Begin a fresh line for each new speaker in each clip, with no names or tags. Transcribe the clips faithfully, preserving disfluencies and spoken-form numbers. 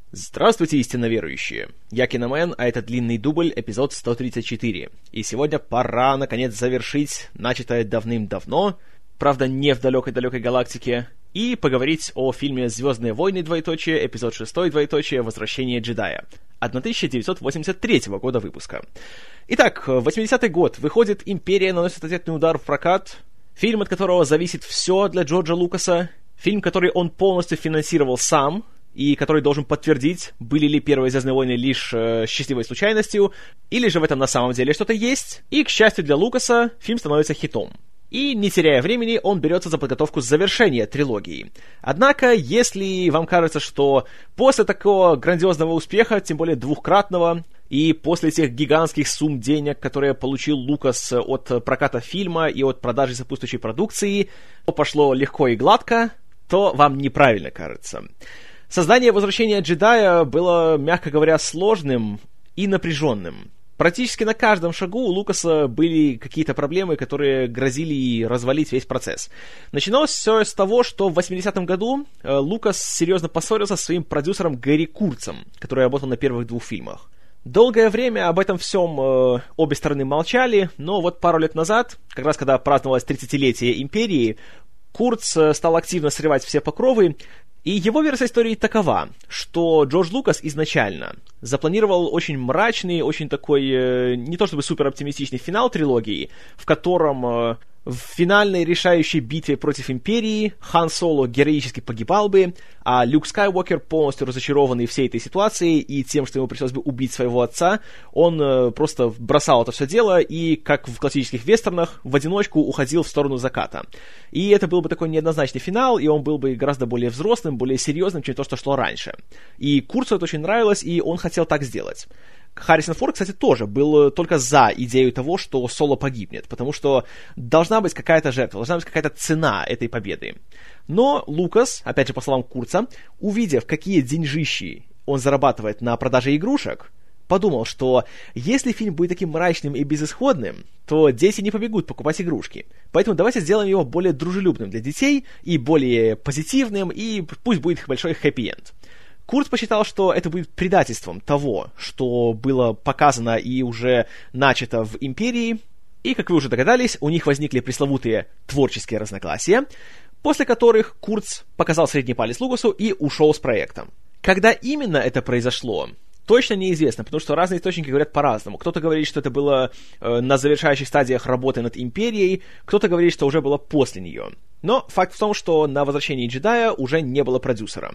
Здравствуйте, истинно верующие! Я Киномен, а это длинный дубль, эпизод сто тридцать четыре. И сегодня пора, наконец, завершить начатое давным-давно, правда, не в далекой-далекой галактике, и поговорить о фильме «Звездные войны», двоеточие, эпизод шесть, двоеточие, «Возвращение джедая», тысяча девятьсот восемьдесят третьего года выпуска. Итак, восьмидесятый год, выходит «Империя наносит ответный удар в прокат», фильм, от которого зависит все для Джорджа Лукаса, фильм, который он полностью финансировал сам, и который должен подтвердить, были ли первые «Звездные войны» лишь э, счастливой случайностью, или же в этом на самом деле что-то есть, и, к счастью для Лукаса, фильм становится хитом. И, не теряя времени, он берется за подготовку завершения трилогии. Однако, если вам кажется, что после такого грандиозного успеха, тем более двухкратного, и после тех гигантских сумм денег, которые получил Лукас от проката фильма и от продажи сопутствующей продукции, то пошло легко и гладко, то вам неправильно кажется. Создание «Возвращения джедая» было, мягко говоря, сложным и напряженным. Практически на каждом шагу у Лукаса были какие-то проблемы, которые грозили развалить весь процесс. Начиналось все с того, что в восьмидесятом году э, Лукас серьезно поссорился со своим продюсером Гэри Курцем, который работал на первых двух фильмах. Долгое время об этом всем э, обе стороны молчали, но вот пару лет назад, как раз когда праздновалось тридцатилетие Империи, Курц э, стал активно срывать все покровы. И его версия истории такова, что Джордж Лукас изначально запланировал очень мрачный, очень такой, э, не то чтобы супер оптимистичный финал трилогии, в котором э, в финальной решающей битве против Империи Хан Соло героически погибал бы, а Люк Скайуокер, полностью разочарованный всей этой ситуацией и тем, что ему пришлось бы убить своего отца, он э, просто бросал это все дело и, как в классических вестернах, в одиночку уходил в сторону заката. И это был бы такой неоднозначный финал, и он был бы гораздо более взрослым, более серьезным, чем то, что шло раньше. И Курцу это очень нравилось, и он хотел так сделать. Харрисон Форд, кстати, тоже был только за идею того, что Соло погибнет, потому что должна быть какая-то жертва, должна быть какая-то цена этой победы. Но Лукас, опять же по словам Курца, увидев, какие деньжищи он зарабатывает на продаже игрушек, подумал, что если фильм будет таким мрачным и безысходным, то дети не побегут покупать игрушки. Поэтому давайте сделаем его более дружелюбным для детей и более позитивным, и пусть будет большой хэппи-энд. Курц посчитал, что это будет предательством того, что было показано и уже начато в Империи, и, как вы уже догадались, у них возникли пресловутые творческие разногласия, после которых Курц показал средний палец Лукасу и ушел с проектом. Когда именно это произошло, точно неизвестно, потому что разные источники говорят по-разному. Кто-то говорит, что это было э, на завершающих стадиях работы над Империей, кто-то говорит, что уже было после нее. Но факт в том, что на «Возвращении джедая» уже не было продюсера.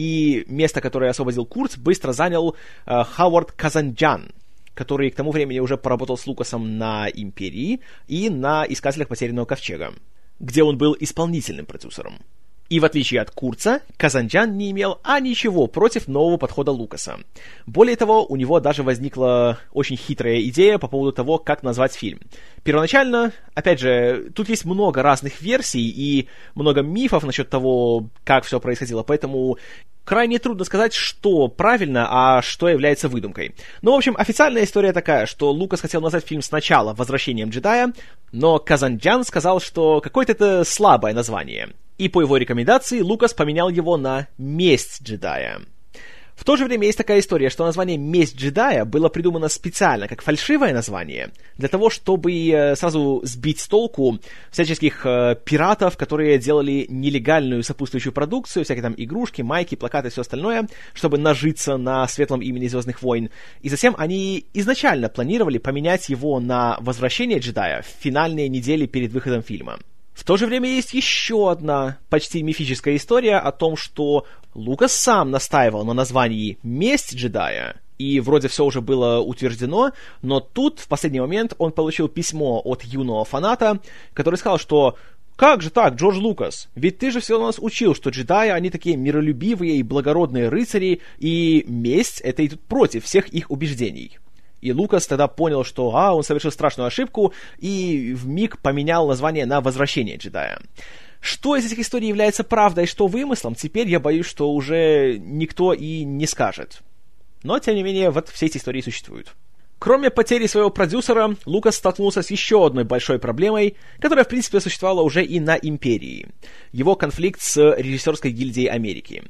И место, которое освободил Курц, быстро занял э, Ховард Казанджан, который к тому времени уже поработал с Лукасом на «Империи» и на «Искателях потерянного ковчега», где он был исполнительным продюсером. И в отличие от Курца, Казанджан не имел а ничего против нового подхода Лукаса. Более того, у него даже возникла очень хитрая идея по поводу того, как назвать фильм. Первоначально, опять же, тут есть много разных версий и много мифов насчет того, как все происходило, поэтому крайне трудно сказать, что правильно, а что является выдумкой. Ну, в общем, официальная история такая, что Лукас хотел назвать фильм сначала «Возвращением джедая», но Казанджан сказал, что какое-то это слабое название. И по его рекомендации Лукас поменял его на «Месть джедая». В то же время есть такая история, что название «Месть джедая» было придумано специально как фальшивое название, для того, чтобы э, сразу сбить с толку всяческих э, пиратов, которые делали нелегальную сопутствующую продукцию, всякие там игрушки, майки, плакаты и все остальное, чтобы нажиться на светлом имени «Звездных войн». И затем они изначально планировали поменять его на «Возвращение джедая» в финальные недели перед выходом фильма. В то же время есть еще одна почти мифическая история о том, что Лукас сам настаивал на названии «Месть джедая», и вроде все уже было утверждено, но тут в последний момент он получил письмо от юного фаната, который сказал, что «Как же так, Джордж Лукас? Ведь ты же все у нас учил, что джедаи, они такие миролюбивые и благородные рыцари, и месть — это идет против всех их убеждений». И Лукас тогда понял, что а, он совершил страшную ошибку, и вмиг поменял название на «Возвращение джедая». Что из этих историй является правдой, что вымыслом, теперь я боюсь, что уже никто и не скажет. Но, тем не менее, вот все эти истории существуют. Кроме потери своего продюсера, Лукас столкнулся с еще одной большой проблемой, которая, в принципе, существовала уже и на Империи. Его конфликт с режиссерской гильдией Америки.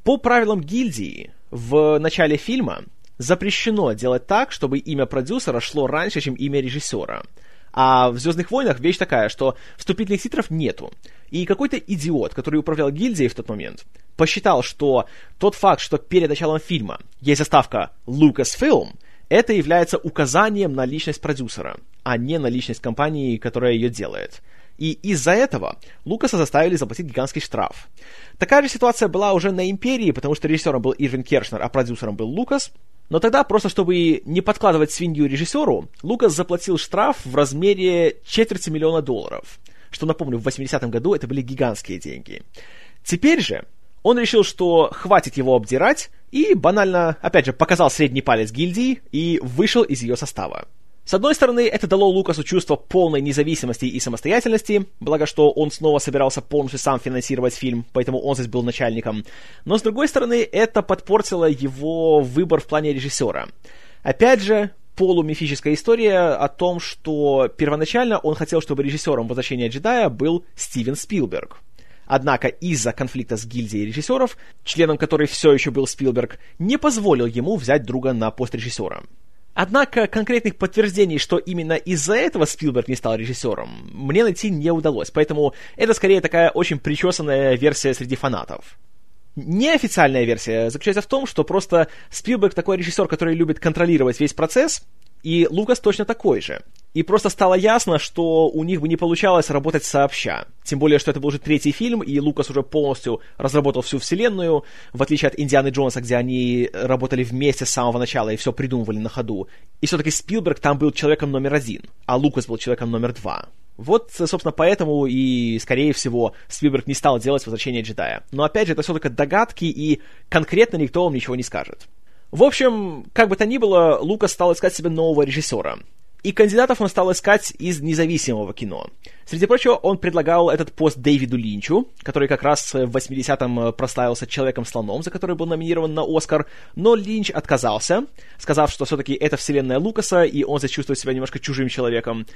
По правилам гильдии, в начале фильма запрещено делать так, чтобы имя продюсера шло раньше, чем имя режиссера. А в «Звездных войнах» вещь такая, что вступительных титров нету. И какой-то идиот, который управлял гильдией в тот момент, посчитал, что тот факт, что перед началом фильма есть заставка Lucasfilm, это является указанием на личность продюсера, а не на личность компании, которая ее делает. И из-за этого Лукаса заставили заплатить гигантский штраф. Такая же ситуация была уже на «Империи», потому что режиссером был Ирвин Кершнер, а продюсером был Лукас. Но тогда, просто чтобы не подкладывать свинью режиссеру, Лукас заплатил штраф в размере четверти миллиона долларов. Что, напомню, в восьмидесятом году это были гигантские деньги. Теперь же он решил, что хватит его обдирать, и банально, опять же, показал средний палец гильдии и вышел из ее состава. С одной стороны, это дало Лукасу чувство полной независимости и самостоятельности, благо что он снова собирался полностью сам финансировать фильм, поэтому он здесь был начальником. Но с другой стороны, это подпортило его выбор в плане режиссера. Опять же, полумифическая история о том, что первоначально он хотел, чтобы режиссером «Возвращения джедая» был Стивен Спилберг. Однако из-за конфликта с гильдией режиссеров, членом которой все еще был Спилберг, не позволил ему взять друга на пост режиссера. Однако конкретных подтверждений, что именно из-за этого Спилберг не стал режиссером, мне найти не удалось, поэтому это скорее такая очень причесанная версия среди фанатов. Неофициальная версия заключается в том, что просто Спилберг такой режиссер, который любит контролировать весь процесс, и Лукас точно такой же. И просто стало ясно, что у них бы не получалось работать сообща. Тем более, что это был уже третий фильм, и Лукас уже полностью разработал всю вселенную, в отличие от Индианы Джонса, где они работали вместе с самого начала и все придумывали на ходу. И все-таки Спилберг там был человеком номер один, а Лукас был человеком номер два. Вот, собственно, поэтому и, скорее всего, Спилберг не стал делать «Возвращение джедая». Но, опять же, это все только догадки, и конкретно никто вам ничего не скажет. В общем, как бы то ни было, Лукас стал искать себе нового режиссера. И кандидатов он стал искать из независимого кино. Среди прочего, он предлагал этот пост Дэвиду Линчу, который как раз в восьмидесятом прославился «Человеком-слоном», за который был номинирован на «Оскар», но Линч отказался, сказав, что все-таки это вселенная Лукаса, и он здесь чувствует себя немножко чужим человеком,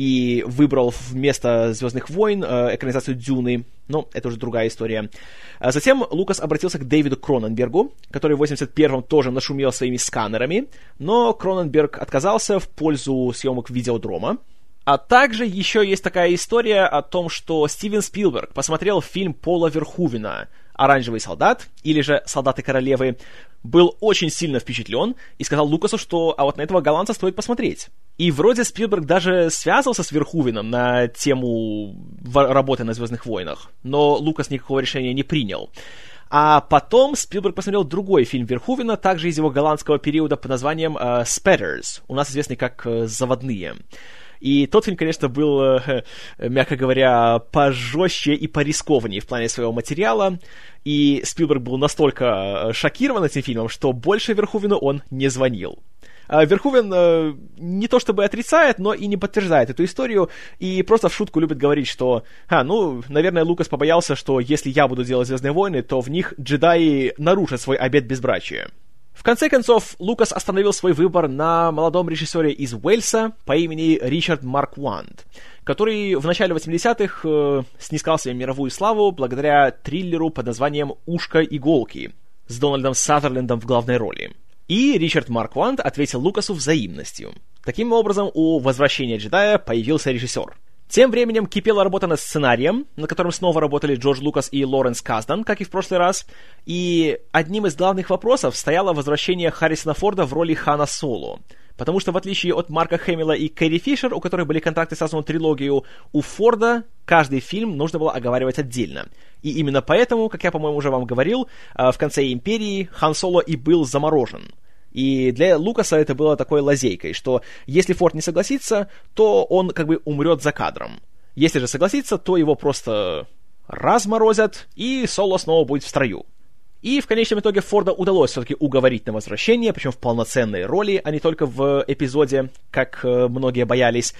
и выбрал вместо «Звездных войн» экранизацию «Дюны», но это уже другая история. Затем Лукас обратился к Дэвиду Кроненбергу, который в восемьдесят первом тоже нашумел своими сканерами, но Кроненберг отказался в пользу съемок «Видеодрома». А также еще есть такая история о том, что Стивен Спилберг посмотрел фильм Пола Верхувена «Оранжевый солдат» или же «Солдаты королевы», был очень сильно впечатлен и сказал Лукасу, что а вот на этого голландца стоит посмотреть. И вроде Спилберг даже связывался с Верхувеном на тему работы на «Звездных войнах», но Лукас никакого решения не принял. А потом Спилберг посмотрел другой фильм Верхувена, также из его голландского периода под названием uh, «Spatters», у нас известный как uh, «Заводные». И тот фильм, конечно, был, мягко говоря, пожестче и порискованнее в плане своего материала. И Спилберг был настолько шокирован этим фильмом, что больше Верхувену он не звонил. Верхувен не то чтобы отрицает, но и не подтверждает эту историю, и просто в шутку любит говорить, что, а, ну, наверное, Лукас побоялся, что если я буду делать «Звездные войны», то в них джедаи нарушат свой обет безбрачия. В конце концов, Лукас остановил свой выбор на молодом режиссере из Уэльса по имени Ричард Маркванд, который в начале восьмидесятых э, снискал себе мировую славу благодаря триллеру под названием «Ушко иголки» с Дональдом Сазерлендом в главной роли. И Ричард Маркванд ответил Лукасу взаимностью. Таким образом, у «Возвращения джедая» появился режиссер. Тем временем кипела работа над сценарием, над которым снова работали Джордж Лукас и Лоренс Каздан, как и в прошлый раз. И одним из главных вопросов стояло возвращение Харрисона Форда в роли Хана Соло. Потому что, в отличие от Марка Хэмилла и Кэрри Фишер, у которых были контракты сразу на трилогию, у Форда каждый фильм нужно было оговаривать отдельно. И именно поэтому, как я, по-моему, уже вам говорил, в конце «Империи» Хан Соло и был заморожен. И для Лукаса это было такой лазейкой, что если Форд не согласится, то он как бы умрет за кадром. Если же согласится, то его просто разморозят, и Соло снова будет в строю. И в конечном итоге Форда удалось все-таки уговорить на возвращение, причем в полноценной роли, а не только в эпизоде, как многие боялись.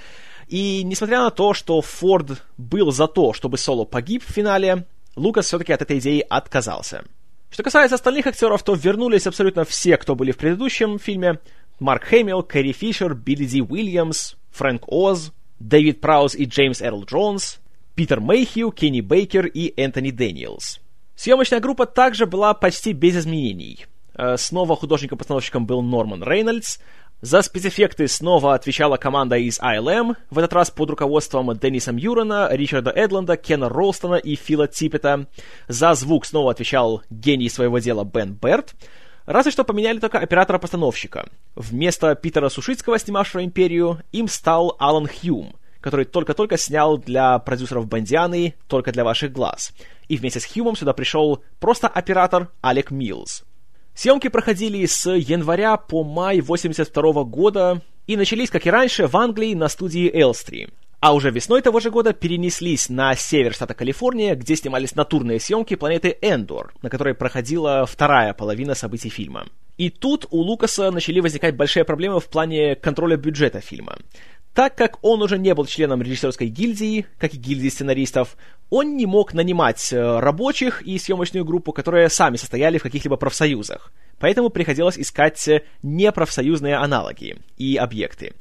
И несмотря на то, что Форд был за то, чтобы Соло погиб в финале, Лукас все-таки от этой идеи отказался. Что касается остальных актеров, то вернулись абсолютно все, кто были в предыдущем фильме. Марк Хэмилл, Кэрри Фишер, Билли Ди Уильямс, Фрэнк Оз, Дэвид Прауз и Джеймс Эрл Джонс, Питер Мэйхью, Кенни Бейкер и Энтони Дэниелс. Съемочная группа также была почти без изменений. Снова художником-постановщиком был Норман Рейнольдс. За спецэффекты снова отвечала команда из ай эл эм, в этот раз под руководством Денниса Мьюрена, Ричарда Эдланда, Кена Ролстона и Фила Типпета. За звук снова отвечал гений своего дела Бен Берт. Разве что поменяли только оператора-постановщика. Вместо Питера Сушицкого, снимавшего «Империю», им стал Алан Хьюм, который только-только снял для продюсеров «Бондианы» «Только для ваших глаз». И вместе с Хьюмом сюда пришел просто оператор Алек Милс. Съемки проходили с января по май восемьдесят второго года и начались, как и раньше, в Англии на студии Элстри. А уже весной того же года перенеслись на север штата Калифорния, где снимались натурные съемки планеты Эндор, на которой проходила вторая половина событий фильма. И тут у Лукаса начали возникать большие проблемы в плане контроля бюджета фильма. Так как он уже не был членом режиссерской гильдии, как и гильдии сценаристов, он не мог нанимать рабочих и съемочную группу, которые сами состояли в каких-либо профсоюзах. Поэтому приходилось искать непрофсоюзные аналоги и объекты.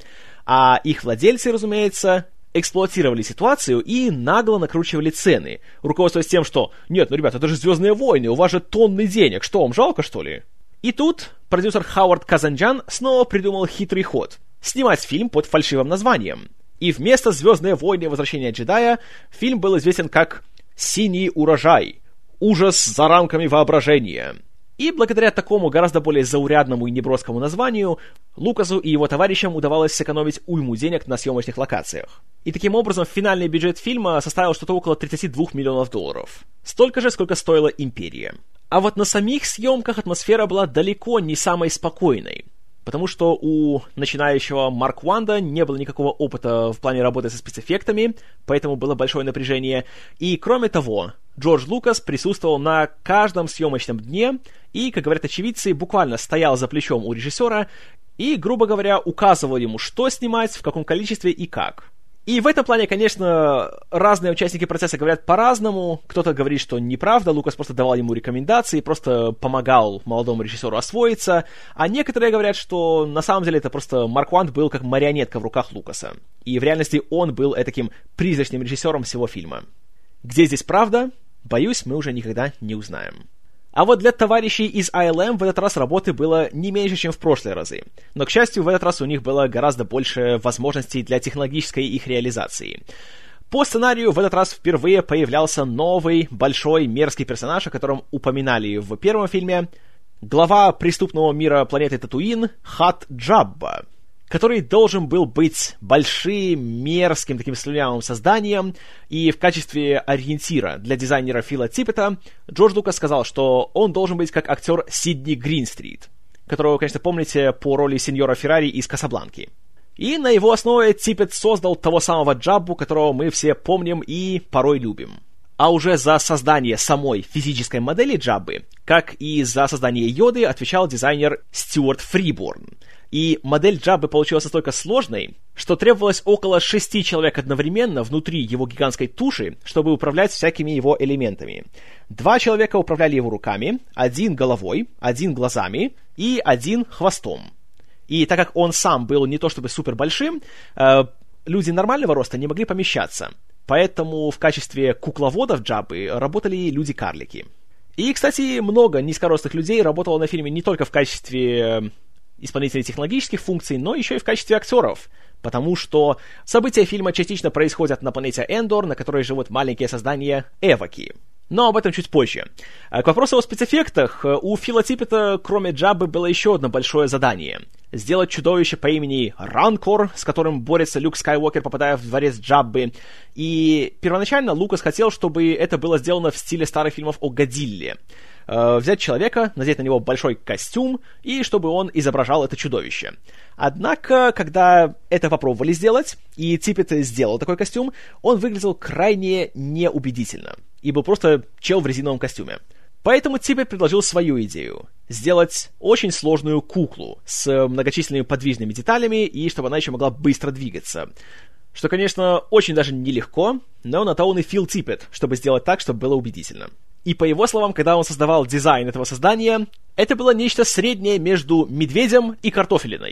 А их владельцы, разумеется, эксплуатировали ситуацию и нагло накручивали цены, руководствуясь тем, что «Нет, ну, ребята, это же «Звездные войны», у вас же тонны денег, что, вам жалко, что ли?» И тут продюсер Хауард Казанджан снова придумал хитрый ход — снимать фильм под фальшивым названием. И вместо «Звездные войны. Возвращение джедая» фильм был известен как «Синий урожай. Ужас за рамками воображения». И благодаря такому гораздо более заурядному и неброскому названию Лукасу и его товарищам удавалось сэкономить уйму денег на съемочных локациях. И таким образом финальный бюджет фильма составил что-то около тридцать два миллионов долларов. Столько же, сколько стоила «Империя». А вот на самих съемках атмосфера была далеко не самой спокойной. Потому что у начинающего Марк Уанда не было никакого опыта в плане работы со спецэффектами, поэтому было большое напряжение. И кроме того, Джордж Лукас присутствовал на каждом съемочном дне и, как говорят очевидцы, буквально стоял за плечом у режиссера и, грубо говоря, указывал ему, что снимать, в каком количестве и как. И в этом плане, конечно, разные участники процесса говорят по-разному. Кто-то говорит, что неправда, Лукас просто давал ему рекомендации, просто помогал молодому режиссеру освоиться. А некоторые говорят, что на самом деле это просто Марк Уанд был как марионетка в руках Лукаса. И в реальности он был этаким призрачным режиссером всего фильма. Где здесь правда? Боюсь, мы уже никогда не узнаем. А вот для товарищей из ай эл эм в этот раз работы было не меньше, чем в прошлые разы. Но, к счастью, в этот раз у них было гораздо больше возможностей для технологической их реализации. По сценарию в этот раз впервые появлялся новый, большой, мерзкий персонаж, о котором упоминали в первом фильме. Глава преступного мира планеты Татуин Хат Джабба, который должен был быть большим, мерзким, таким слюнявым созданием, и в качестве ориентира для дизайнера Фила Типпета Джордж Лукас сказал, что он должен быть как актер Сидни Гринстрит, которого вы, конечно, помните по роли сеньора Феррари из «Касабланки». И на его основе Типпет создал того самого Джаббу, которого мы все помним и порой любим. А уже за создание самой физической модели Джаббы, как и за создание Йоды, отвечал дизайнер Стюарт Фриборн. И модель Джаббы получилась настолько сложной, что требовалось около шести человек одновременно внутри его гигантской туши, чтобы управлять всякими его элементами. Два человека управляли его руками, один головой, один глазами и один хвостом. И так как он сам был не то чтобы супер большим, э, люди нормального роста не могли помещаться. Поэтому в качестве кукловодов Джаббы работали люди-карлики. И, кстати, много низкорослых людей работало на фильме не только в качестве исполнителей технологических функций, но еще и в качестве актеров, потому что события фильма частично происходят на планете Эндор, на которой живут маленькие создания Эвоки. Но об этом чуть позже. К вопросу о спецэффектах, у Фила Типпета, кроме Джаббы, было еще одно большое задание — сделать чудовище по имени Ранкор, с которым борется Люк Скайуокер, попадая в дворец Джаббы. И первоначально Лукас хотел, чтобы это было сделано в стиле старых фильмов о Годзилле. Взять человека, надеть на него большой костюм, и чтобы он изображал это чудовище. Однако, когда это попробовали сделать, и Типпет сделал такой костюм, он выглядел крайне неубедительно, и был просто чел в резиновом костюме. Поэтому Типпет предложил свою идею — сделать очень сложную куклу с многочисленными подвижными деталями, и чтобы она еще могла быстро двигаться. Что, конечно, очень даже нелегко, но на то он и Фил Типпет, чтобы сделать так, чтобы было убедительно. И по его словам, когда он создавал дизайн этого создания, это было нечто среднее между медведем и картофелиной.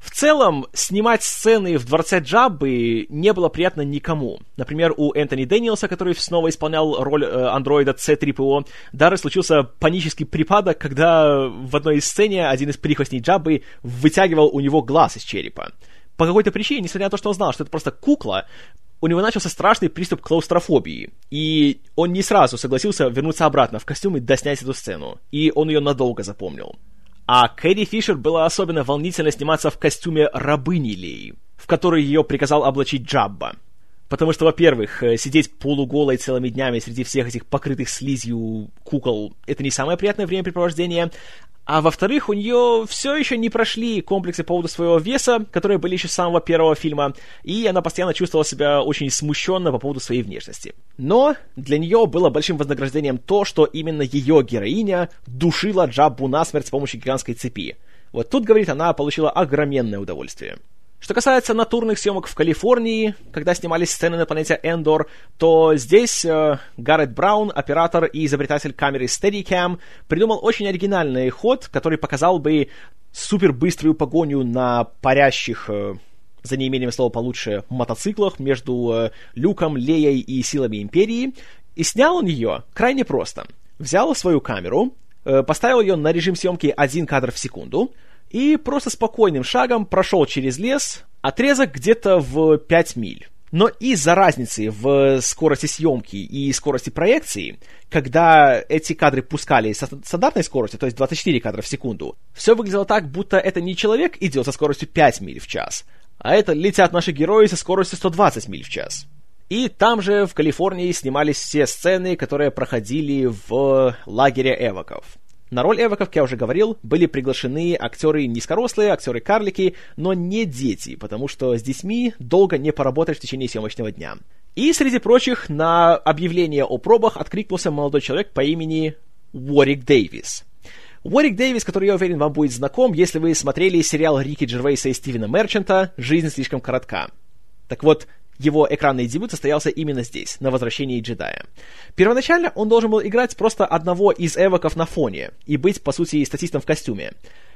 В целом, снимать сцены в дворце Джаббы не было приятно никому. Например, у Энтони Дэниелса, который снова исполнял роль э, андроида си три пи о, даже случился панический припадок, когда в одной из сцене один из прихвостней Джаббы вытягивал у него глаз из черепа. По какой-то причине, несмотря на то, что он знал, что это просто кукла, у него начался страшный приступ клаустрофобии, и он не сразу согласился вернуться обратно в костюм и доснять эту сцену, и он ее надолго запомнил. А Кэрри Фишер было особенно волнительно сниматься в костюме рабыни Леи, в который ее приказал облачить Джабба. Потому что, во-первых, сидеть полуголой целыми днями среди всех этих покрытых слизью кукол — это не самое приятное времяпрепровождение, а во-вторых, у нее все еще не прошли комплексы по поводу своего веса, которые были еще с самого первого фильма, и она постоянно чувствовала себя очень смущенно по поводу своей внешности. Но для нее было большим вознаграждением то, что именно ее героиня душила Джаббу насмерть с помощью гигантской цепи. Вот тут, говорит, она получила огроменное удовольствие. Что касается натурных съемок в Калифорнии, когда снимались сцены на планете Эндор, то здесь э, Гаррет Браун, оператор и изобретатель камеры Steadicam, придумал очень оригинальный ход, который показал бы супербыструю погоню на парящих, э, за неимением слова получше, мотоциклах между э, Люком, Леей и силами Империи. И снял он ее крайне просто. Взял свою камеру, э, поставил ее на режим съемки один кадр в секунду, и просто спокойным шагом прошел через лес, отрезок где-то в пять миль. Но из-за разницы в скорости съемки и скорости проекции, когда эти кадры пускали со стандартной скоростью, то есть двадцать четыре кадра в секунду, все выглядело так, будто это не человек идет со скоростью пять миль в час, а это летят наши герои со скоростью сто двадцать миль в час. И там же, в Калифорнии, снимались все сцены, которые проходили в лагере эваков. На роль эваков, как я уже говорил, были приглашены актеры низкорослые, актеры-карлики, но не дети, потому что с детьми долго не поработаешь в течение съемочного дня. И, среди прочих, на объявление о пробах откликнулся молодой человек по имени Уорик Дэвис. Уорик Дэвис, который, я уверен, вам будет знаком, если вы смотрели сериал Рики Джервейса и Стивена Мерчанта «Жизнь слишком коротка». Так вот, его экранный дебют состоялся именно здесь, на «Возвращении джедая». Первоначально он должен был играть просто одного из эвоков на фоне и быть, по сути, статистом в костюме.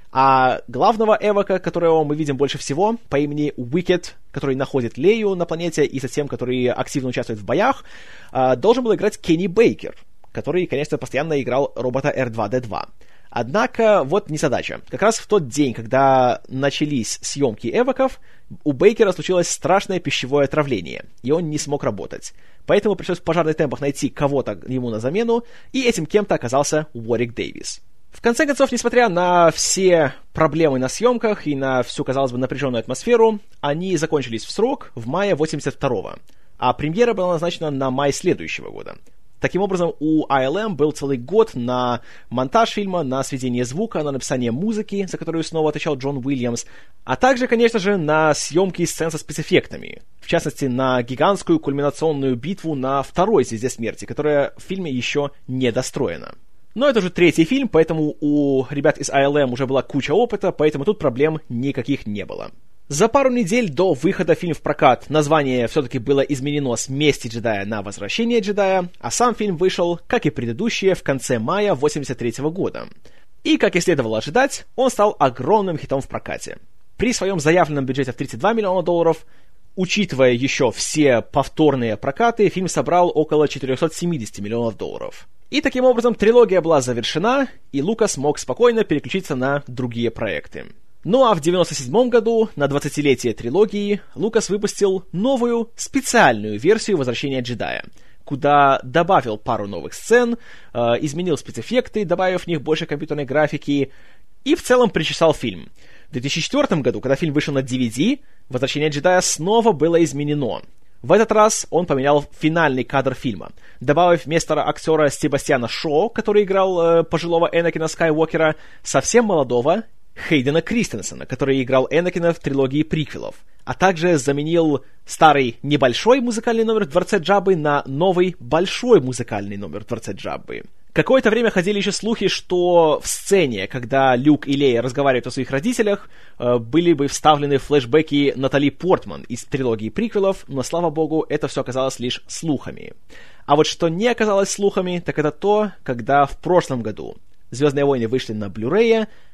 А главного эвока, которого мы видим больше всего, по имени Уикет, который находит Лею на планете и затем, который активно участвует в боях, должен был играть Кенни Бейкер, который, конечно, постоянно играл робота эр два дэ два. Однако, вот незадача. Как раз в тот день, когда начались съемки эвоков, у Бейкера случилось страшное пищевое отравление, и он не смог работать. Поэтому пришлось в пожарных темпах найти кого-то ему на замену, и этим кем-то оказался Уорик Дэвис. В конце концов, несмотря на все проблемы на съемках и на всю, казалось бы, напряженную атмосферу, они закончились в срок в мае восемьдесят второго, а премьера была назначена на май следующего года. Таким образом, у ай эл эм был целый год на монтаж фильма, на сведение звука, на написание музыки, за которую снова отвечал Джон Уильямс, а также, конечно же, на съемки сцен со спецэффектами. В частности, на гигантскую кульминационную битву на второй «Звезде смерти», которая в фильме еще не достроена. Но это уже третий фильм, поэтому у ребят из ай эл эм уже была куча опыта, поэтому тут проблем никаких не было. За пару недель до выхода фильма в прокат название все-таки было изменено с «Мести джедая» на «Возвращение джедая», а сам фильм вышел, как и предыдущие, в конце мая восемьдесят третьего года. И, как и следовало ожидать, он стал огромным хитом в прокате. При своем заявленном бюджете в тридцать два миллиона долларов, учитывая еще все повторные прокаты, фильм собрал около четыреста семьдесят миллионов долларов. И таким образом трилогия была завершена, и Лукас мог спокойно переключиться на другие проекты. Ну а в девяносто седьмом году, на двадцатилетие трилогии, Лукас выпустил новую специальную версию «Возвращения джедая», куда добавил пару новых сцен, э, изменил спецэффекты, добавив в них больше компьютерной графики, и в целом причесал фильм. В две тысячи четвёртом году, когда фильм вышел на ди ви ди, «Возвращение джедая» снова было изменено. В этот раз он поменял финальный кадр фильма, добавив вместо актера Себастьяна Шоу, который играл э, пожилого Энакина Скайуокера, совсем молодого Хейдена Кристенсена, который играл Энакина в трилогии приквелов, а также заменил старый небольшой музыкальный номер в Дворце Джаббы на новый большой музыкальный номер в Дворце Джаббы. Какое-то время ходили еще слухи, что в сцене, когда Люк и Лея разговаривают о своих родителях, были бы вставлены флешбеки Натали Портман из трилогии приквелов, но, слава богу, это все оказалось лишь слухами. А вот что не оказалось слухами, так это то, когда в прошлом году «Звездные войны» вышли на Blu-ray,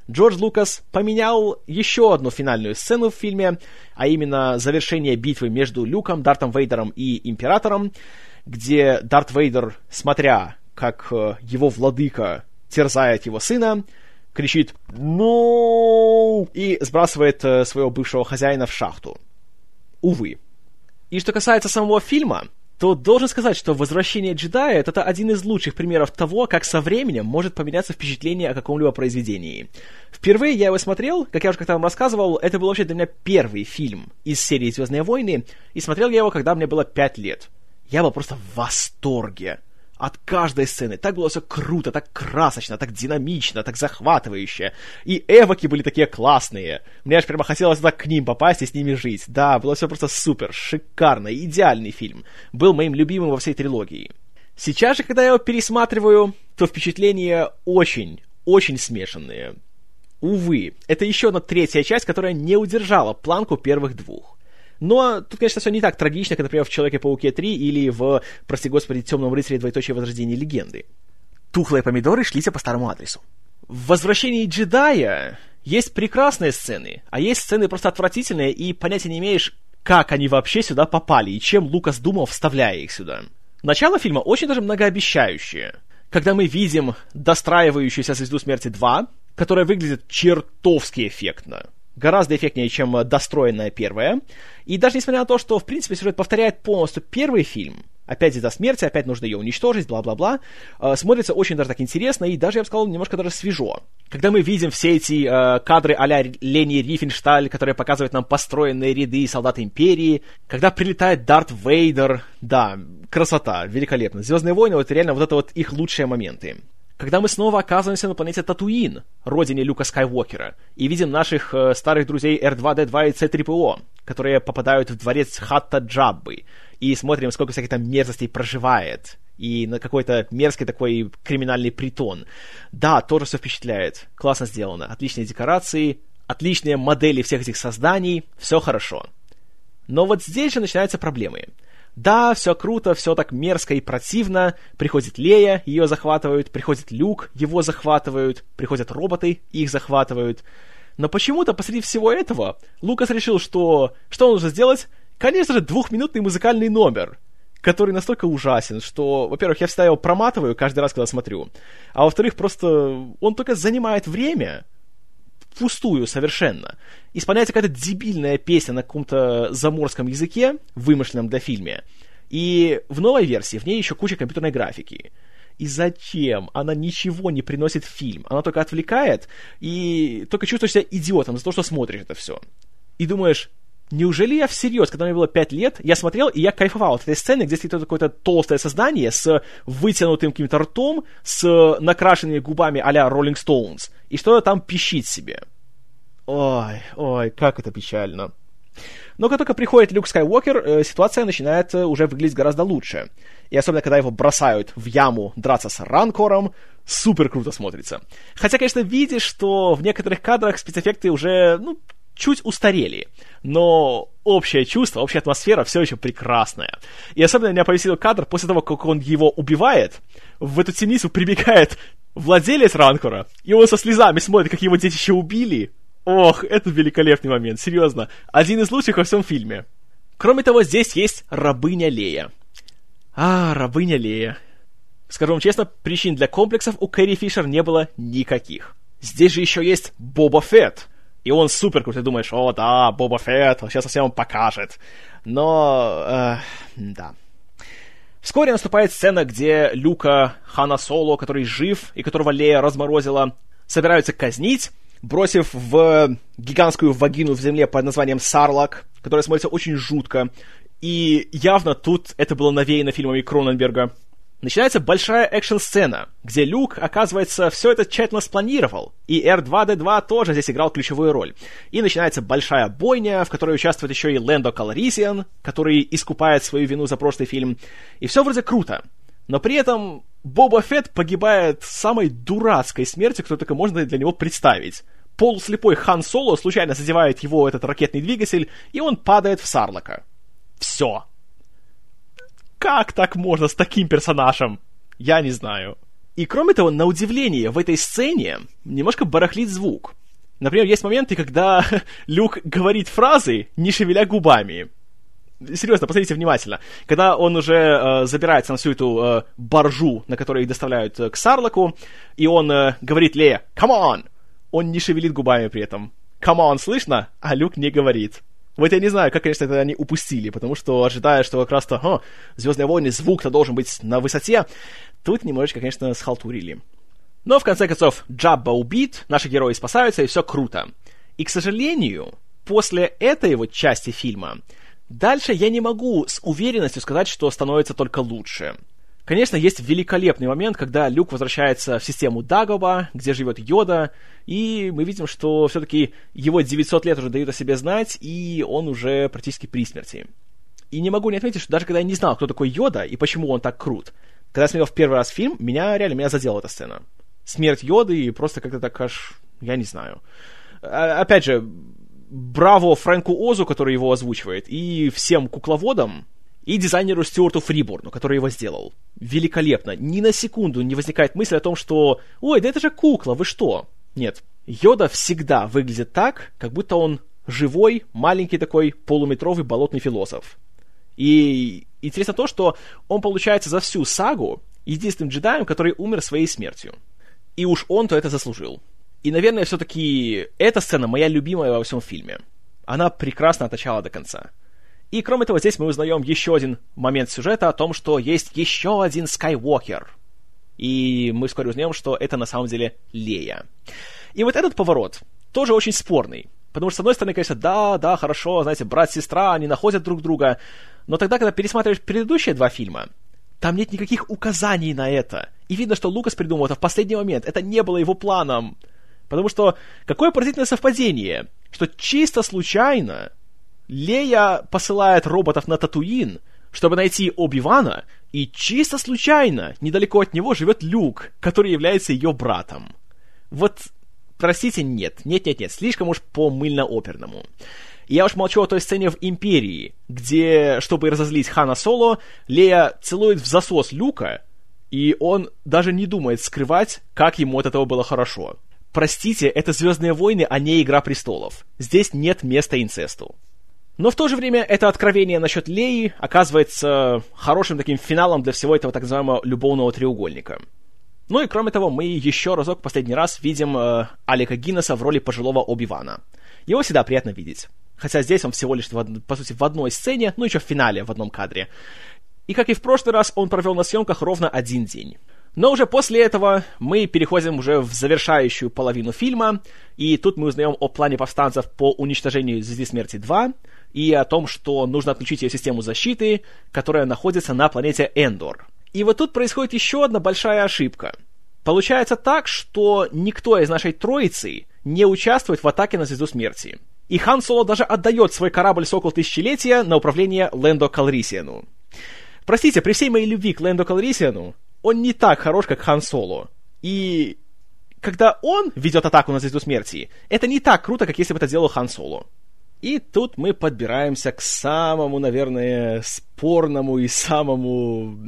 Джордж Лукас поменял еще одну финальную сцену в фильме, а именно завершение битвы между Люком, Дартом Вейдером и Императором, где Дарт Вейдер, смотря как его владыка терзает его сына, кричит «No!» и сбрасывает своего бывшего хозяина в шахту. Увы. И что касается самого фильма, то должен сказать, что «Возвращение джедая» — это один из лучших примеров того, как со временем может поменяться впечатление о каком-либо произведении. Впервые я его смотрел, как я уже как-то вам рассказывал, это был вообще для меня первый фильм из серии «Звездные войны», и смотрел я его, когда мне было пять лет. Я был просто в восторге от каждой сцены. Так было все круто, так красочно, так динамично, так захватывающе. И эвоки были такие классные. Мне аж прямо хотелось так к ним попасть и с ними жить. Да, было все просто супер, шикарно, идеальный фильм. Был моим любимым во всей трилогии. Сейчас же, когда я его пересматриваю, то впечатления очень, очень смешанные. Увы, это еще одна третья часть, которая не удержала планку первых двух. Но тут, конечно, все не так трагично, как, например, в «Человеке-пауке три» или в, прости господи, «Темном рыцаре. Двоеточие возрождение легенды». Тухлые помидоры шлите по старому адресу. В «Возвращении джедая» есть прекрасные сцены, а есть сцены просто отвратительные, и понятия не имеешь, как они вообще сюда попали, и чем Лукас думал, вставляя их сюда. Начало фильма очень даже многообещающее. Когда мы видим достраивающуюся «Звезду смерти два», которая выглядит чертовски эффектно. Гораздо эффектнее, чем достроенная первая. И даже несмотря на то, что, в принципе, сюжет повторяет полностью первый фильм, опять «Звезда смерти», опять нужно ее уничтожить, бла-бла-бла, э, смотрится очень даже так интересно и даже, я бы сказал, немножко даже свежо. Когда мы видим все эти э, кадры а-ля Лени Рифеншталь, которые показывают нам построенные ряды солдат Империи, когда прилетает Дарт Вейдер, да, красота, великолепно. «Звездные войны», вот реально вот это вот их лучшие моменты. Когда мы снова оказываемся на планете Татуин, родине Люка Скайуокера, и видим наших э, старых друзей эр два дэ два и си три пи о, которые попадают в дворец Хатта Джаббы, и смотрим, сколько всяких там мерзостей проживает, и на какой-то мерзкий такой криминальный притон. Да, тоже все впечатляет. Классно сделано. Отличные декорации, отличные модели всех этих созданий, все хорошо. Но вот здесь же начинаются проблемы. Да, все круто, все так мерзко и противно. Приходит Лея, ее захватывают. Приходит Люк, его захватывают. Приходят роботы, их захватывают. Но почему-то посреди всего этого Лукас решил, что... Что он нужно сделать? Конечно же, двухминутный музыкальный номер, который настолько ужасен, что, во-первых, я всегда его проматываю каждый раз, когда смотрю. А во-вторых, просто он только занимает время... Пустую совершенно. Исполняется какая-то дебильная песня на каком-то заморском языке, вымышленном для фильма. И в новой версии в ней еще куча компьютерной графики. И зачем? Она ничего не приносит в фильм. Она только отвлекает, и только чувствуешь себя идиотом за то, что смотришь это все. И думаешь, неужели я всерьез, когда мне было пять лет, я смотрел, и я кайфовал от этой сцены, где стоит какое-то толстое создание с вытянутым каким-то ртом, с накрашенными губами а-ля Rolling Stones, и что-то там пищит себе. Ой, ой, как это печально. Но как только приходит Люк Скайуокер, э, ситуация начинает э, уже выглядеть гораздо лучше. И особенно, когда его бросают в яму драться с Ранкором, супер круто смотрится. Хотя, конечно, видишь, что в некоторых кадрах спецэффекты уже, ну, чуть устарели. Но общее чувство, общая атмосфера все еще прекрасная. И особенно меня повеселил кадр после того, как он его убивает. В эту темницу прибегает владелец Ранкора, и он со слезами смотрит, как его детище убили. Ох, это великолепный момент, серьезно. Один из лучших во всем фильме. Кроме того, здесь есть рабыня Лея. А, рабыня Лея. Скажу вам честно, причин для комплексов у Кэрри Фишер не было никаких. Здесь же еще есть Боба Фетт. И он супер крутой, ты думаешь, о да, Боба Фетт, сейчас совсем вам покажет. Но, э, да. Вскоре наступает сцена, где Люка, Хана Соло, который жив и которого Лея разморозила, собираются казнить, бросив в гигантскую вагину в земле под названием Сарлак, которая смотрится очень жутко. И явно тут это было навеяно фильмами Кроненберга. Начинается большая экшн-сцена, где Люк, оказывается, все это тщательно спланировал, и эр два дэ два тоже здесь играл ключевую роль. И начинается большая бойня, в которой участвует еще и Лэндо Калрисиан, который искупает свою вину за прошлый фильм. И все вроде круто. Но при этом Боба Фетт погибает самой дурацкой смертью, которую только можно для него представить. Полуслепой Хан Соло случайно задевает его этот ракетный двигатель, и он падает в Сарлака. Все. Как так можно с таким персонажем? Я не знаю. И кроме того, на удивление, в этой сцене немножко барахлит звук. Например, есть моменты, когда Люк говорит фразы, не шевеля губами. Серьезно, посмотрите внимательно. Когда он уже э, забирается на всю эту э, баржу, на которой их доставляют э, к Сарлаку, и он э, говорит Лее «Come on!», он не шевелит губами при этом. «Come on!» слышно, а Люк не говорит. Вот я не знаю, как, конечно, это они упустили, потому что, ожидая, что как раз-то о, «Звездные войны», звук-то должен быть на высоте, тут немножечко, конечно, схалтурили. Но, в конце концов, Джабба убит, наши герои спасаются, и все круто. И, к сожалению, после этой вот части фильма дальше я не могу с уверенностью сказать, что становится только лучше. Конечно, есть великолепный момент, когда Люк возвращается в систему Дагоба, где живет Йода, и мы видим, что все-таки его девятьсот лет уже дают о себе знать, и он уже практически при смерти. И не могу не отметить, что даже когда я не знал, кто такой Йода и почему он так крут, когда я смотрел в первый раз фильм, меня реально меня задела эта сцена. Смерть Йоды, и просто как-то так аж... я не знаю. А, опять же, браво Фрэнку Озу, который его озвучивает, и всем кукловодам, и дизайнеру Стюарту Фриборну, который его сделал. Великолепно. Ни на секунду не возникает мысль о том, что «Ой, да это же кукла, вы что?» Нет. Йода всегда выглядит так, как будто он живой, маленький такой, полуметровый болотный философ. И интересно то, что он, получается, за всю сагу единственным джедаем, который умер своей смертью. И уж он-то это заслужил. И, наверное, все-таки эта сцена моя любимая во всем фильме. Она прекрасна от начала до конца. И, кроме того, здесь мы узнаем еще один момент сюжета о том, что есть еще один Скайуокер. И мы вскоре узнаем, что это на самом деле Лея. И вот этот поворот тоже очень спорный. Потому что, с одной стороны, конечно, да, да, хорошо, знаете, брат-сестра, они находят друг друга. Но тогда, когда пересматриваешь предыдущие два фильма, там нет никаких указаний на это. И видно, что Лукас придумал это в последний момент. Это не было его планом. Потому что какое поразительное совпадение, что чисто случайно Лея посылает роботов на Татуин, чтобы найти Оби-Вана, и чисто случайно недалеко от него живет Люк, который является ее братом. Вот, простите, нет, нет-нет-нет, слишком уж по-мыльно-оперному. Я уж молчу о той сцене в «Империи», где, чтобы разозлить Хана Соло, Лея целует в засос Люка, и он даже не думает скрывать, как ему от этого было хорошо. Простите, это «Звездные войны», а не «Игра престолов». Здесь нет места инцесту. Но в то же время это откровение насчет Леи оказывается хорошим таким финалом для всего этого так называемого любовного треугольника. Ну и кроме того, мы еще разок в последний раз видим э, Алека Гиннеса в роли пожилого Оби-Вана. Его всегда приятно видеть. Хотя здесь он всего лишь, в, по сути, в одной сцене, ну еще в финале, в одном кадре. И как и в прошлый раз, он провел на съемках ровно один день. Но уже после этого мы переходим уже в завершающую половину фильма, и тут мы узнаем о плане повстанцев по уничтожению Звезды Смерти два, и о том, что нужно отключить ее систему защиты, которая находится на планете Эндор. И вот тут происходит еще одна большая ошибка. Получается так, что никто из нашей троицы не участвует в атаке на Звезду Смерти. И Хан Соло даже отдает свой корабль Сокол Тысячелетия на управление Лэндо Калрисиану. Простите, при всей моей любви к Лэндо Калрисиану, он не так хорош, как Хан Соло. И когда он ведет атаку на Звезду Смерти, это не так круто, как если бы это делал Хан Соло. И тут мы подбираемся к самому, наверное, спорному и самому,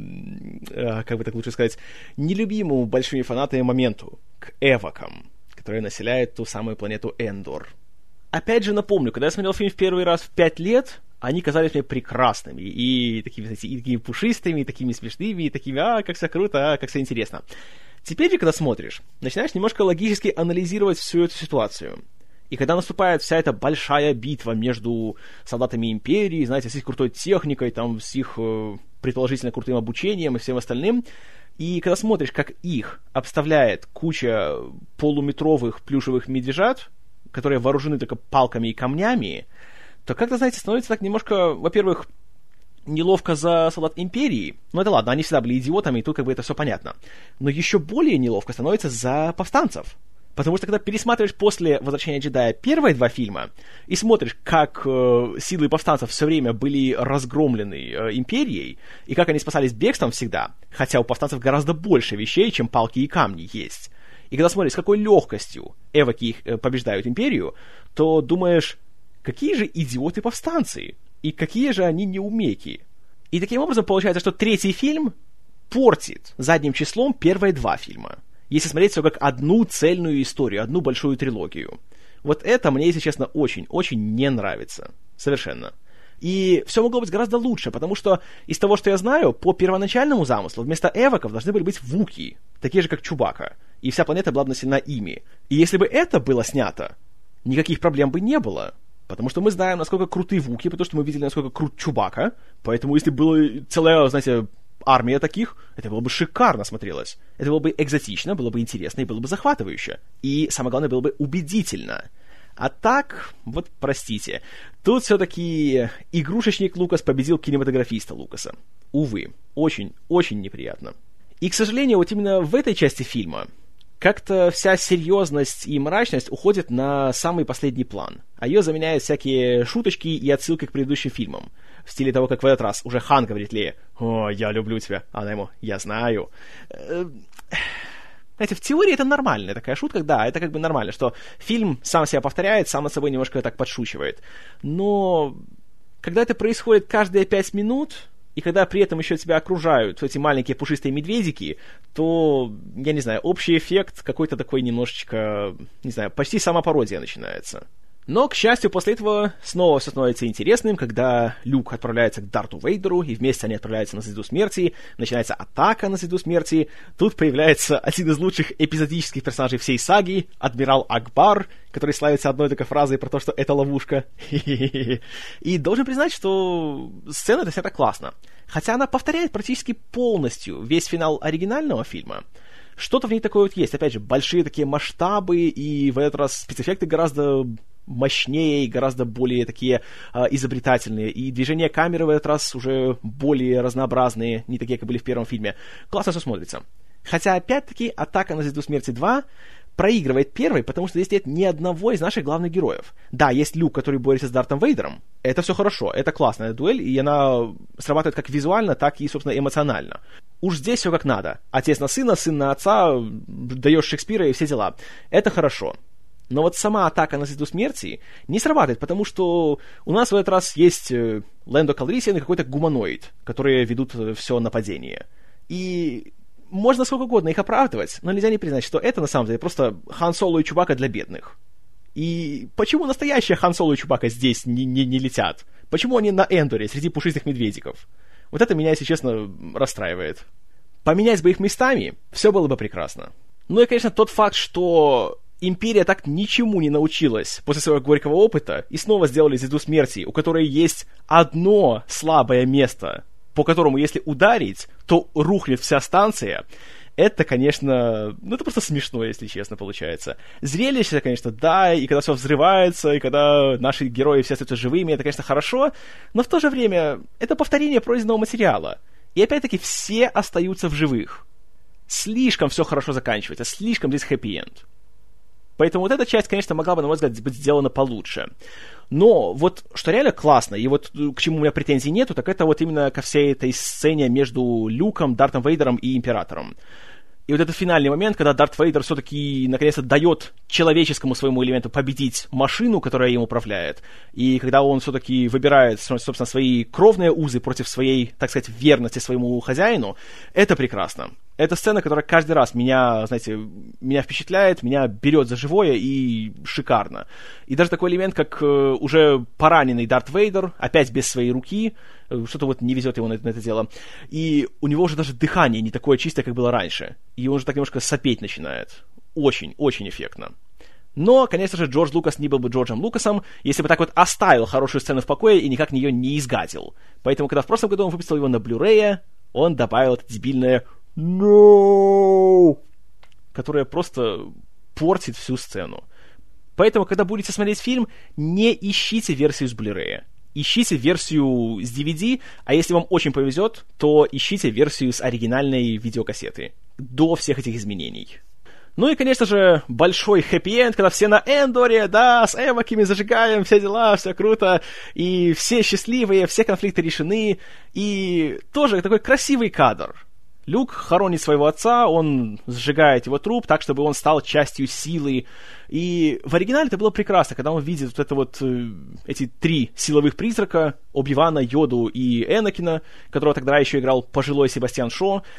как бы так лучше сказать, нелюбимому большими фанатами моменту, к эвокам, которые населяют ту самую планету Эндор. Опять же напомню, когда я смотрел фильм в первый раз в пять лет, они казались мне прекрасными, и такими, знаете, и такими пушистыми, и такими смешными, и такими, а, как все круто, а, как все интересно. Теперь же, когда смотришь, начинаешь немножко логически анализировать всю эту ситуацию. И когда наступает вся эта большая битва между солдатами Империи, знаете, с их крутой техникой, там, с их э, предположительно крутым обучением и всем остальным, и когда смотришь, как их обставляет куча полуметровых плюшевых медвежат, которые вооружены только палками и камнями, то как-то, знаете, становится так немножко, во-первых, неловко за солдат Империи. Ну это ладно, они всегда были идиотами, и тут как бы это все понятно. Но еще более неловко становится за повстанцев. Потому что когда пересматриваешь после «Возвращения джедая» первые два фильма и смотришь, как э, силы повстанцев все время были разгромлены э, Империей, и как они спасались бегством всегда, хотя у повстанцев гораздо больше вещей, чем палки и камни есть. И когда смотришь, с какой легкостью эвоки их э, побеждают Империю, то думаешь, какие же идиоты-повстанцы, и какие же они неумеки. И таким образом получается, что третий фильм портит задним числом первые два фильма. Если смотреть все как одну цельную историю, одну большую трилогию. Вот это мне, если честно, очень-очень не нравится. Совершенно. И все могло быть гораздо лучше, потому что из того, что я знаю, по первоначальному замыслу вместо эвоков должны были быть вуки, такие же, как Чубака, и вся планета была бы населена ими. И если бы это было снято, никаких проблем бы не было, потому что мы знаем, насколько круты вуки, потому что мы видели, насколько крут Чубака, поэтому если была целая, знаете, армия таких, это было бы шикарно смотрелось. Это было бы экзотично, было бы интересно и было бы захватывающе. И, самое главное, было бы убедительно. А так, вот простите, тут все-таки игрушечник Лукас победил кинематографиста Лукаса. Увы, очень-очень неприятно. И, к сожалению, вот именно в этой части фильма как-то вся серьезность и мрачность уходит на самый последний план, а ее заменяют всякие шуточки и отсылки к предыдущим фильмам. В стиле того, как в этот раз уже Хан говорит Лее: «О, я люблю тебя», а она ему: «Я знаю». Знаете, в теории это нормальная такая шутка, да, это как бы нормально, что фильм сам себя повторяет, сам над собой немножко так подшучивает. Но когда это происходит каждые пять минут, и когда при этом еще тебя окружают эти маленькие пушистые медведики, то, я не знаю, общий эффект какой-то такой немножечко, не знаю, почти самопародия начинается. Но, к счастью, после этого снова все становится интересным, когда Люк отправляется к Дарту Вейдеру, и вместе они отправляются на Звезду Смерти, начинается атака на Звезду Смерти, тут появляется один из лучших эпизодических персонажей всей саги, Адмирал Акбар, который славится одной такой фразой про то, что это ловушка. И должен признать, что сцена эта снята классно. Хотя она повторяет практически полностью весь финал оригинального фильма. Что-то в ней такое вот есть. Опять же, большие такие масштабы, и в этот раз спецэффекты гораздо мощнее, гораздо более такие э, изобретательные. И движения камеры в этот раз уже более разнообразные, не такие, как были в первом фильме. Классно все смотрится. Хотя, опять-таки, «Атака на Звезду Смерти два» проигрывает первой, потому что здесь нет ни одного из наших главных героев. Да, есть Люк, который борется с Дартом Вейдером. Это все хорошо, это классная дуэль, и она срабатывает как визуально, так и, собственно, эмоционально. Уж здесь все как надо. Отец на сына, сын на отца, даешь Шекспира и все дела. Это хорошо. Но вот сама атака на Звезду Смерти не срабатывает, потому что у нас в этот раз есть Лэндо Калрисиан и какой-то гуманоид, которые ведут все нападение. И можно сколько угодно их оправдывать, но нельзя не признать, что это на самом деле просто Хан Соло и Чубака для бедных. И почему настоящие Хан Соло и Чубака здесь не, не, не летят? Почему они на Эндоре среди пушистых медведиков? Вот это меня, если честно, расстраивает. Поменять бы их местами, все было бы прекрасно. Ну и, конечно, тот факт, что Империя так ничему не научилась после своего горького опыта и снова сделали Звезду Смерти, у которой есть одно слабое место, по которому, если ударить, то рухнет вся станция. Это, конечно, ну это просто смешно, если честно, получается. Зрелище, конечно, да, и когда все взрывается, и когда наши герои все остаются живыми, это, конечно, хорошо, но в то же время это повторение пройденного материала. И опять-таки все остаются в живых. Слишком все хорошо заканчивается, слишком здесь хэппи-энд. Поэтому вот эта часть, конечно, могла бы, на мой взгляд, быть сделана получше. Но вот что реально классно, и вот к чему у меня претензий нету, так это вот именно ко всей этой сцене между Люком, Дартом Вейдером и Императором. И вот этот финальный момент, когда Дарт Вейдер все-таки наконец-то дает человеческому своему элементу победить машину, которая им управляет, и когда он все-таки выбирает, собственно, свои кровные узы против своей, так сказать, верности своему хозяину, это прекрасно. Это сцена, которая каждый раз меня, знаете, меня впечатляет, меня берет за живое и шикарно. И даже такой элемент, как э, уже пораненный Дарт Вейдер, опять без своей руки, э, что-то вот не везет его на, на это дело, и у него уже даже дыхание не такое чистое, как было раньше. И он уже так немножко сопеть начинает. Очень, очень эффектно. Но, конечно же, Джордж Лукас не был бы Джорджем Лукасом, если бы так вот оставил хорошую сцену в покое и никак ее не изгадил. Поэтому, когда в прошлом году он выпустил его на Blu-ray, он добавил это дебильное «No!», которое просто портит всю сцену. Поэтому, когда будете смотреть фильм, не ищите версию с Blu-ray. Ищите версию с ди ви ди, а если вам очень повезет, то ищите версию с оригинальной видеокассеты. До всех этих изменений. Ну и, конечно же, большой хэппи-энд, когда все на Эндоре, да, с эвоками зажигаем, все дела, все круто, и все счастливые, все конфликты решены, и тоже такой красивый кадр. Люк хоронит своего отца, он сжигает его труп так, чтобы он стал частью силы. И в оригинале это было прекрасно, когда он видит вот это вот, эти три силовых призрака, Оби-Вана, Йоду и Энакина, которого тогда еще играл пожилой Себастьян Шо.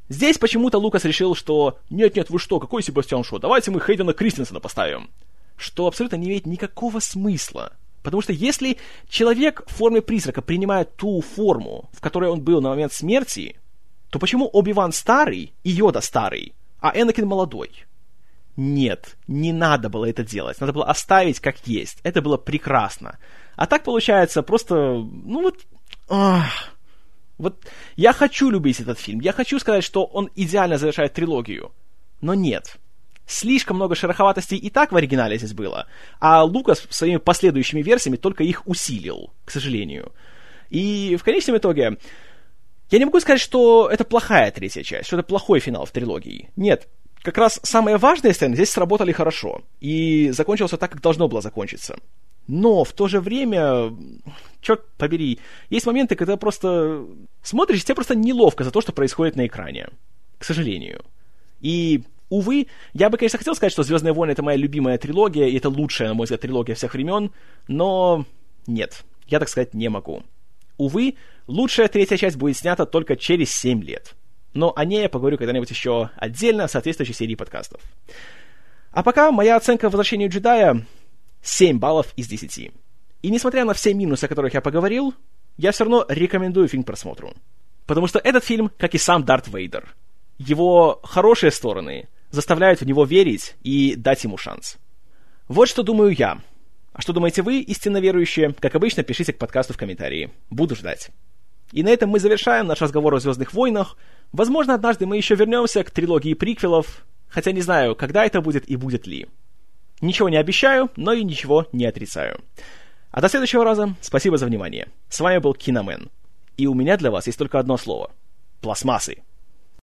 Здесь почему-то Лукас решил, что «нет-нет, вы что, какой Себастьян Шо, давайте мы Хейдена Кристенсена поставим». Что абсолютно не имеет никакого смысла. Потому что если человек в форме призрака принимает ту форму, в которой он был на момент смерти, то почему Оби-Ван старый и Йода старый, а Энакин молодой? Нет, не надо было это делать. Надо было оставить как есть. Это было прекрасно. А так получается просто... Ну вот... Ах, вот я хочу любить этот фильм. Я хочу сказать, что он идеально завершает трилогию. Но нет. Слишком много шероховатостей и так в оригинале здесь было, а Лукас своими последующими версиями только их усилил, к сожалению. И в конечном итоге я не могу сказать, что это плохая третья часть, что это плохой финал в трилогии. Нет, как раз самые важные сцены здесь сработали хорошо, и закончился так, как должно было закончиться. Но в то же время, черт побери, есть моменты, когда просто смотришь, тебе просто неловко за то, что происходит на экране, к сожалению. И... Увы, я бы, конечно, хотел сказать, что «Звездные войны» — это моя любимая трилогия, и это лучшая, на мой взгляд, трилогия всех времен, но нет, я так сказать не могу. Увы, лучшая третья часть будет снята только через семь лет. Но о ней я поговорю когда-нибудь еще отдельно в соответствующей серии подкастов. А пока моя оценка «Возвращению джедая» семь баллов из десяти. И несмотря на все минусы, о которых я поговорил, я все равно рекомендую фильм к просмотру. Потому что этот фильм, как и сам Дарт Вейдер, его хорошие стороны заставляют в него верить и дать ему шанс. Вот что думаю я. А что думаете вы, истинно верующие? Как обычно, пишите к подкасту в комментарии. Буду ждать. И на этом мы завершаем наш разговор о «Звездных войнах». Возможно, однажды мы еще вернемся к трилогии приквелов, хотя не знаю, когда это будет и будет ли. Ничего не обещаю, но и ничего не отрицаю. А до следующего раза спасибо за внимание. С вами был Киномен. И у меня для вас есть только одно слово. Пластмассы.